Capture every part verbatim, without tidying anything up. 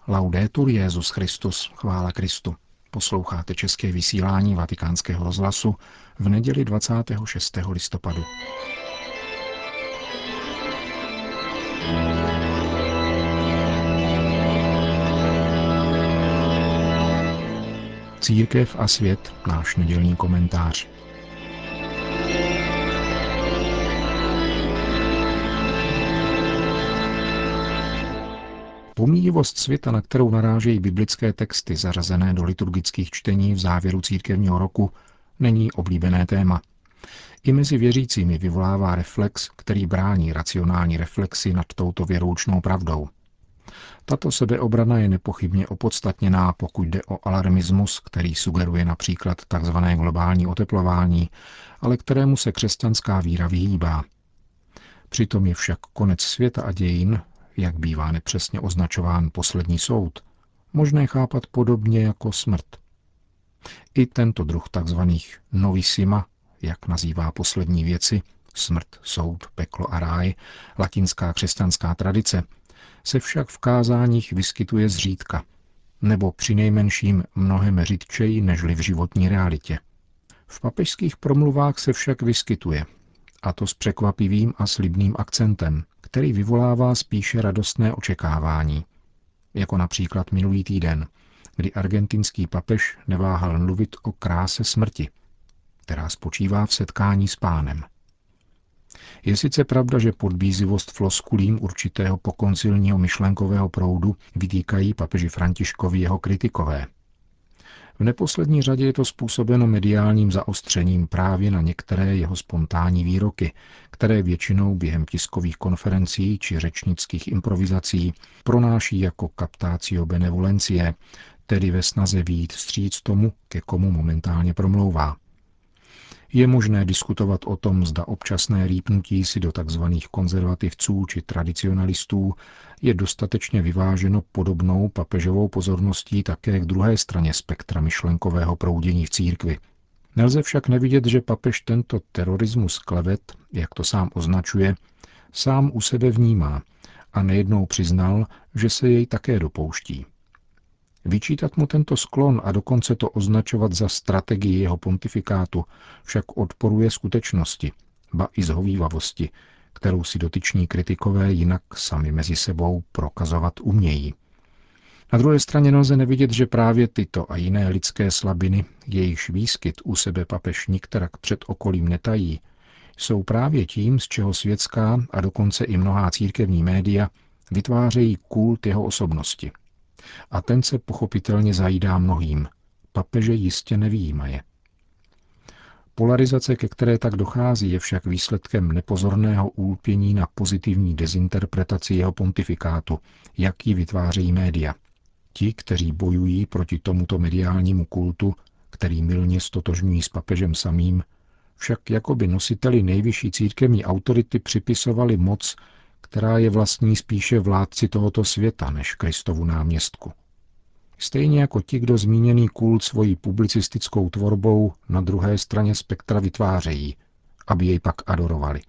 Laudetur Jesus Christus, chvála Kristu. Posloucháte české vysílání Vatikánského rozhlasu v neděli dvacátého šestého listopadu. Církev a svět, náš nedělní komentář. Pomíjivost světa, na kterou narážejí biblické texty zařazené do liturgických čtení v závěru církevního roku, není oblíbené téma. I mezi věřícími vyvolává reflex, který brání racionální reflexi nad touto věroučnou pravdou. Tato sebeobrana je nepochybně opodstatněná, pokud jde o alarmismus, který sugeruje například tzv. Globální oteplování, ale kterému se křesťanská víra vyhýbá. Přitom je však konec světa a dějin, jak bývá nepřesně označován poslední soud, možné chápat podobně jako smrt. I tento druh tzv. Novissima, jak nazývá poslední věci, smrt, soud, peklo a ráj, latinská křesťanská tradice, se však v kázáních vyskytuje zřídka, nebo přinejmenším mnohem řidčeji nežli v životní realitě. V papežských promluvách se však vyskytuje, a to s překvapivým a slibným akcentem, který vyvolává spíše radostné očekávání. Jako například minulý týden, kdy argentinský papež neváhal mluvit o kráse smrti, která spočívá v setkání s Pánem. Je sice pravda, že podbízivost floskulím určitého pokoncilního myšlenkového proudu vytýkají papeži Františkovi jeho kritikové. V neposlední řadě je to způsobeno mediálním zaostřením právě na některé jeho spontánní výroky, které většinou během tiskových konferencí či řečnických improvizací pronáší jako captatio benevolentie, tedy ve snaze vyjít vstříc tomu, ke komu momentálně promlouvá. Je možné diskutovat o tom, zda občasné rýpnutí si do tzv. Konzervativců či tradicionalistů je dostatečně vyváženo podobnou papežovou pozorností také k druhé straně spektra myšlenkového proudění v církvi. Nelze však nevidět, že papež tento terorismus klevet, jak to sám označuje, sám u sebe vnímá a nejednou přiznal, že se jej také dopouští. Vyčítat mu tento sklon a dokonce to označovat za strategii jeho pontifikátu však odporuje skutečnosti, ba i zhovívavosti, kterou si dotyční kritikové jinak sami mezi sebou prokazovat umějí. Na druhé straně nelze nevidět, že právě tyto a jiné lidské slabiny, jejichž výskyt u sebe papež nikterak před okolím netají, jsou právě tím, z čeho světská a dokonce i mnohá církevní média vytvářejí kult jeho osobnosti. A ten se pochopitelně zajídá mnohým, papeže jistě nevyjímaje. Polarizace, ke které tak dochází, je však výsledkem nepozorného úlpění na pozitivní dezinterpretaci jeho pontifikátu, jak ji vytvářejí média. Ti, kteří bojují proti tomuto mediálnímu kultu, který mylně stotožňují s papežem samým, však jakoby nositeli nejvyšší církevní autority připisovali moc, která je vlastní spíše vládci tohoto světa než Kristovu náměstku. Stejně jako ti, kdo zmíněný kult svojí publicistickou tvorbou na druhé straně spektra vytvářejí, aby jej pak adorovali.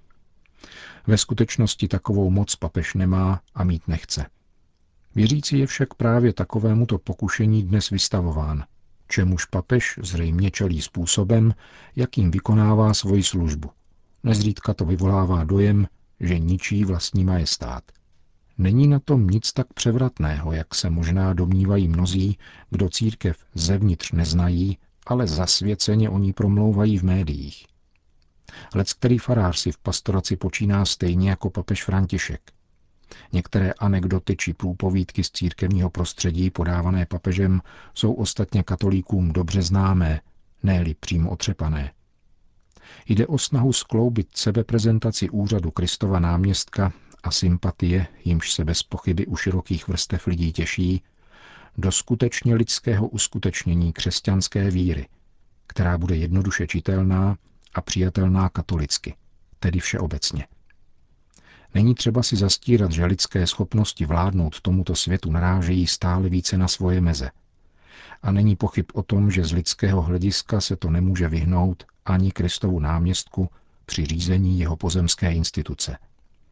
Ve skutečnosti takovou moc papež nemá a mít nechce. Věřící je však právě takovémuto pokušení dnes vystavován, čemuž papež zřejmě čelí způsobem, jakým vykonává svoji službu. Nezřídka to vyvolává dojem, že ničí vlastní majestát. Není na tom nic tak převratného, jak se možná domnívají mnozí, kdo církev zevnitř neznají, ale zasvěceně o ní promlouvají v médiích. Leckterý farář si v pastoraci počíná stejně jako papež František. Některé anekdoty či průpovídky z církevního prostředí podávané papežem jsou ostatně katolíkům dobře známé, ne-li přímo otřepané. Jde o snahu skloubit sebeprezentaci úřadu Kristova náměstka a sympatie, jimž se bez pochyby u širokých vrstev lidí těší, do skutečně lidského uskutečnění křesťanské víry, která bude jednoduše čitelná a přijatelná katolicky, tedy všeobecně. Není třeba si zastírat, že lidské schopnosti vládnout tomuto světu narážejí stále více na svoje meze. A není pochyb o tom, že z lidského hlediska se to nemůže vyhnout ani Kristovu náměstku při řízení jeho pozemské instituce.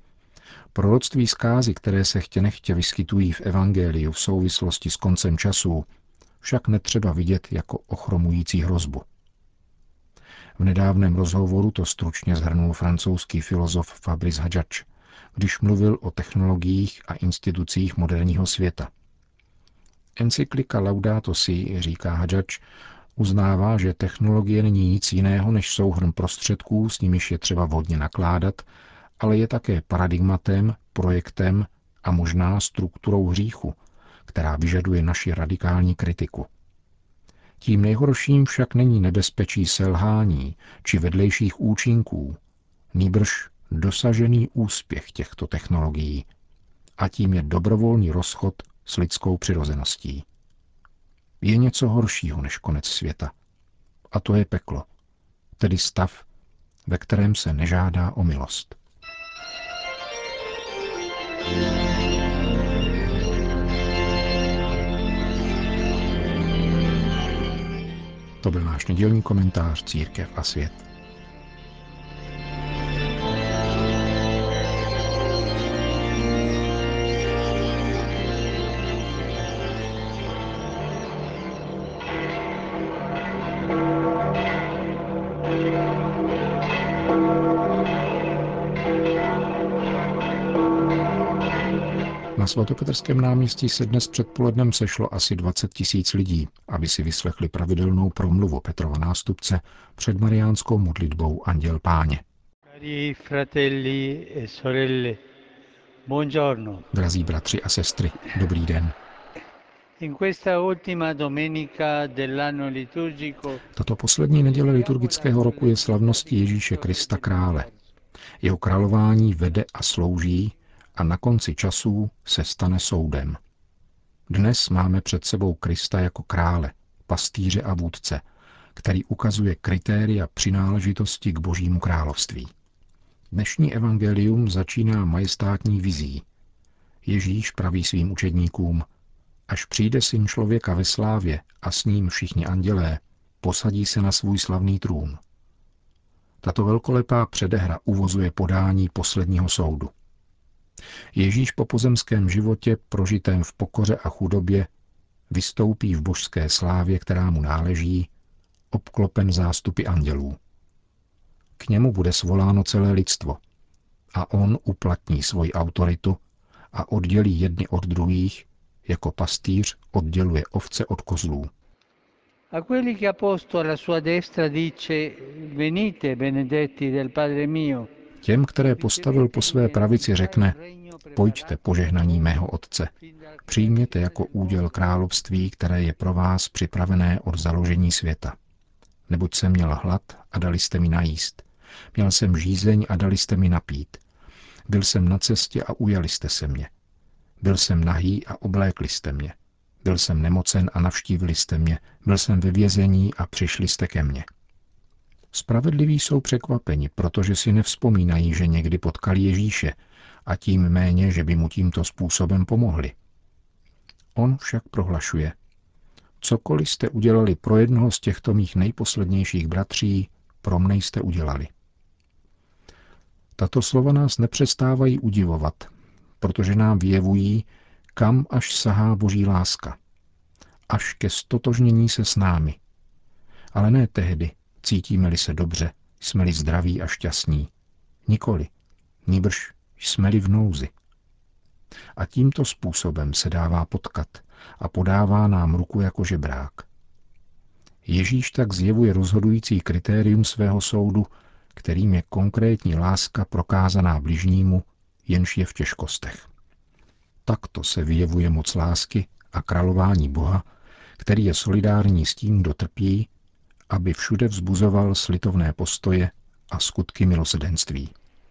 Proroctví zkázy, které se chtě nechtě vyskytují v evangeliu v souvislosti s koncem časů, však netřeba vidět jako ochromující hrozbu. V nedávném rozhovoru to stručně shrnul francouzský filozof Fabrice Hadjadž, když mluvil o technologiích a institucích moderního světa. Encyklika Laudato Si, říká Hadjadž, uznává, že technologie není nic jiného než souhrn prostředků, s nimiž je třeba vhodně nakládat, ale je také paradigmatem, projektem a možná strukturou hříchu, která vyžaduje naši radikální kritiku. Tím nejhorším však není nebezpečí selhání či vedlejších účinků, nýbrž dosažený úspěch těchto technologií. A tím je dobrovolný rozchod s lidskou přirozeností. Je něco horšího než konec světa. A to je peklo, tedy stav, ve kterém se nežádá o milost. To byl náš nedělní komentář Církev a svět. Na svatopetrském náměstí se dnes předpolednem sešlo asi dvacet tisíc lidí, aby si vyslechli pravidelnou promluvu Petrova nástupce před mariánskou modlitbou Anděl Páně. Drazí bratři a sestry, dobrý den. Tato poslední neděle liturgického roku je slavností Ježíše Krista krále. Jeho králování vede a slouží a na konci časů se stane soudem. Dnes máme před sebou Krista jako krále, pastýře a vůdce, který ukazuje kritéria přináležitosti k Božímu království. Dnešní evangelium začíná majestátní vizí. Ježíš praví svým učedníkům: až přijde Syn člověka ve slávě a s ním všichni andělé, posadí se na svůj slavný trůn. Tato velkolepá předehra uvozuje podání posledního soudu. Ježíš po pozemském životě, prožitém v pokoře a chudobě, vystoupí v božské slávě, která mu náleží, obklopen zástupy andělů. K němu bude svoláno celé lidstvo a on uplatní svoji autoritu a oddělí jedny od druhých, jako pastýř odděluje ovce od kozlů. A quelli che ha posto alla sua destra dice: venite, benedetti del Padre mio. Těm, které postavil po své pravici, řekne: pojďte, požehnaní mého Otce, přijměte jako úděl království, které je pro vás připravené od založení světa. Neboť jsem měl hlad a dali jste mi najíst, měl jsem žízeň a dali jste mi napít, byl jsem na cestě a ujali jste se mě, byl jsem nahý a oblékli jste mě, byl jsem nemocen a navštívili jste mě, byl jsem ve vězení a přišli jste ke mně. Spravedliví jsou překvapeni, protože si nevzpomínají, že někdy potkali Ježíše, a tím méně, že by mu tímto způsobem pomohli. On však prohlašuje: cokoliv jste udělali pro jednoho z těchto mých nejposlednějších bratří, pro mne jste udělali. Tato slova nás nepřestávají udivovat, protože nám vyjevují, kam až sahá Boží láska. Až ke stotožnění se s námi. Ale ne tehdy, cítíme-li se dobře, jsme-li zdraví a šťastní. Nikoli, nýbrž jsme-li v nouzi. A tímto způsobem se dává potkat a podává nám ruku jako žebrák. Ježíš tak zjevuje rozhodující kritérium svého soudu, kterým je konkrétní láska prokázaná bližnímu, jenž je v těžkostech. Takto se vyjevuje moc lásky a králování Boha, který je solidární s tím, kdo trpí, aby všude vzbuzoval slitovné postoje a skutky milosrdenství.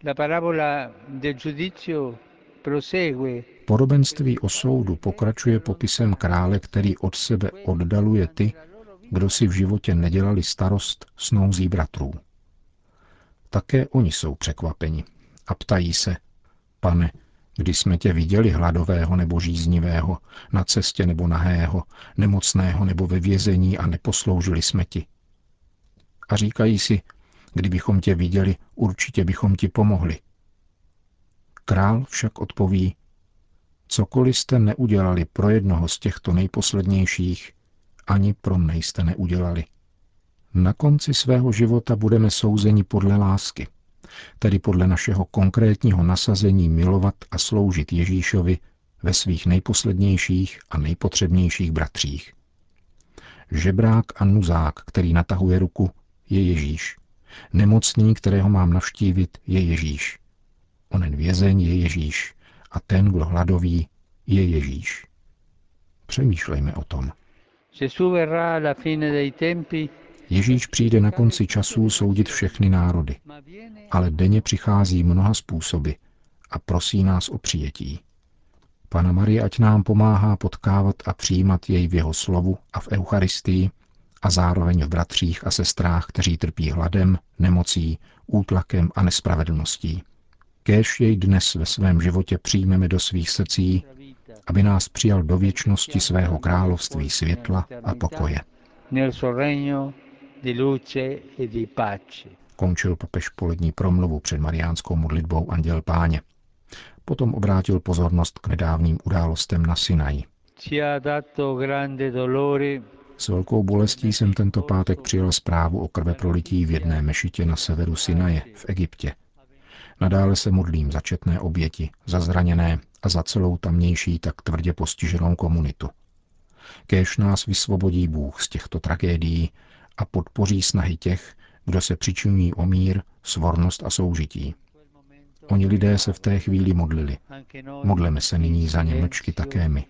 Podobenství o soudu pokračuje popisem krále, který od sebe oddaluje ty, kdo si v životě nedělali starost s nouzí bratrů. Také oni jsou překvapeni a ptají se: Pane, kdy jsme tě viděli hladového nebo žíznivého, na cestě nebo nahého, nemocného nebo ve vězení a neposloužili jsme ti? A říkají si: kdybychom tě viděli, určitě bychom ti pomohli. Král však odpoví, cokoliv jste neudělali pro jednoho z těchto nejposlednějších, ani pro mne jste neudělali. Na konci svého života budeme souzeni podle lásky, tedy podle našeho konkrétního nasazení milovat a sloužit Ježíšovi ve svých nejposlednějších a nejpotřebnějších bratřích. Žebrák a nuzák, který natahuje ruku, je Ježíš. Nemocný, kterého mám navštívit, je Ježíš. Onen vězeň je Ježíš a ten, kdo hladoví, je Ježíš. Přemýšlejme o tom. Ježíš přijde na konci časů soudit všechny národy, ale denně přichází mnoha způsoby a prosí nás o přijetí. Panna Marie ať nám pomáhá potkávat a přijímat jej v jeho slovu a v Eucharistii a zároveň v bratřích a sestrách, kteří trpí hladem, nemocí, útlakem a nespravedlností. Kéž jej dnes ve svém životě přijmeme do svých srdcí, aby nás přijal do věčnosti svého království světla a pokoje. Končil papež polední promluvu před mariánskou modlitbou Anděl Páně. Potom obrátil pozornost k nedávným událostem na Sinaji. S velkou bolestí jsem tento pátek přijal zprávu o krveprolití v jedné mešitě na severu Sinaje v Egyptě. Nadále se modlím za četné oběti, za zraněné a za celou tamnější tak tvrdě postiženou komunitu. Kéž nás vysvobodí Bůh z těchto tragédií a podpoří snahy těch, kdo se přičinují o mír, svornost a soužití. Oni lidé se v té chvíli modlili. Modleme se nyní za ně mlčky také my.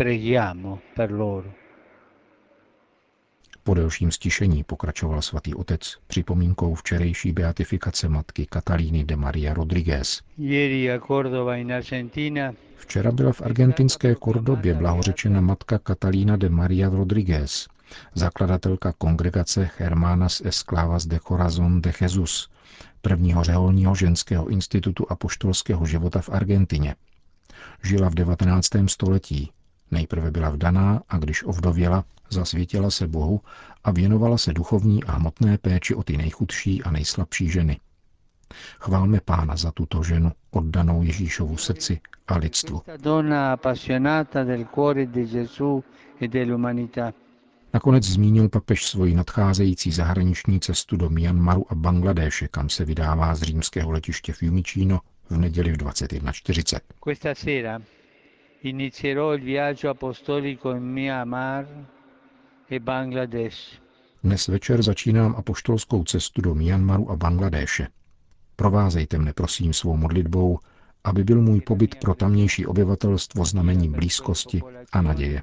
Po delším stišení pokračoval svatý otec připomínkou včerejší beatifikace matky Cataliny de Maria Rodriguez. Včera byla v argentinské Cordobě blahořečena matka Catalina de Maria Rodriguez, zakladatelka kongregace Hermanas Esclavas de Corazón de Jesús, prvního řeholního ženského institutu apoštolského života v Argentině. Žila v devatenáctém století. Nejprve byla vdaná a když ovdověla, zasvětila se Bohu a věnovala se duchovní a hmotné péči o ty nejchudší a nejslabší ženy. Chválme Pána za tuto ženu, oddanou Ježíšovu srdci a lidstvu. Nakonec zmínil papež svoji nadcházející zahraniční cestu do Myanmaru a Bangladéše, kam se vydává z římského letiště Fiumicino v neděli v dvacet jedna čtyřicet. Dnes večer začínám apoštolskou cestu do Myanmaru a Bangladéše. Provázejte mne prosím svou modlitbou, aby byl můj pobyt pro tamnější obyvatelstvo znamením blízkosti a naděje.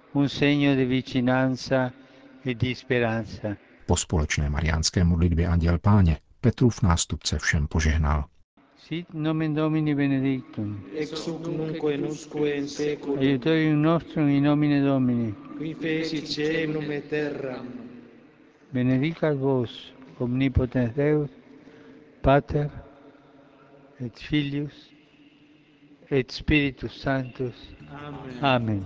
Po společné mariánské modlitbě Anděl Páně Petrův nástupce všem požehnal. Sit nomen Domini benedictum. Ex hoc nunc et usque in saeculum. Aiutorium nostrum in nomine Domini. Qui fecit caelum et terram. Benedicat vos, omnipotens Deus, Pater, et Filius, et Spiritus Sanctus. Amen. Amen.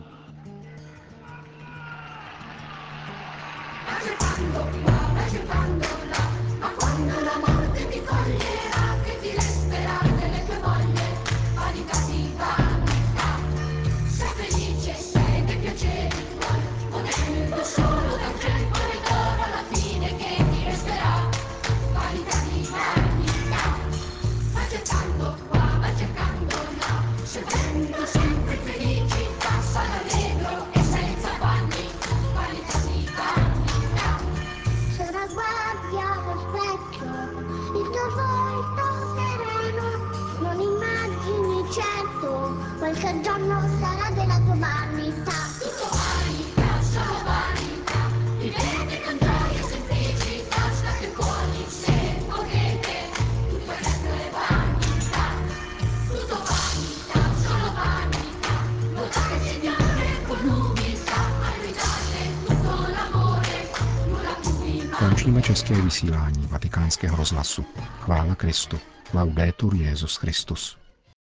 Qualche giorno sarà della tua vanità. Tutto vanità, solo vanità. Vivete con gioia e semplicità, state buoni se potete. Tutto il resto è vanità. Tutto vanità, solo vanità. Lodate il Signore con umiltà, a Lui date tutto l'amore, nulla più vi manca. Končíme české vysílání Vatikánského rozhlasu. Chvála Kristu. Laudetur Jesus Christus.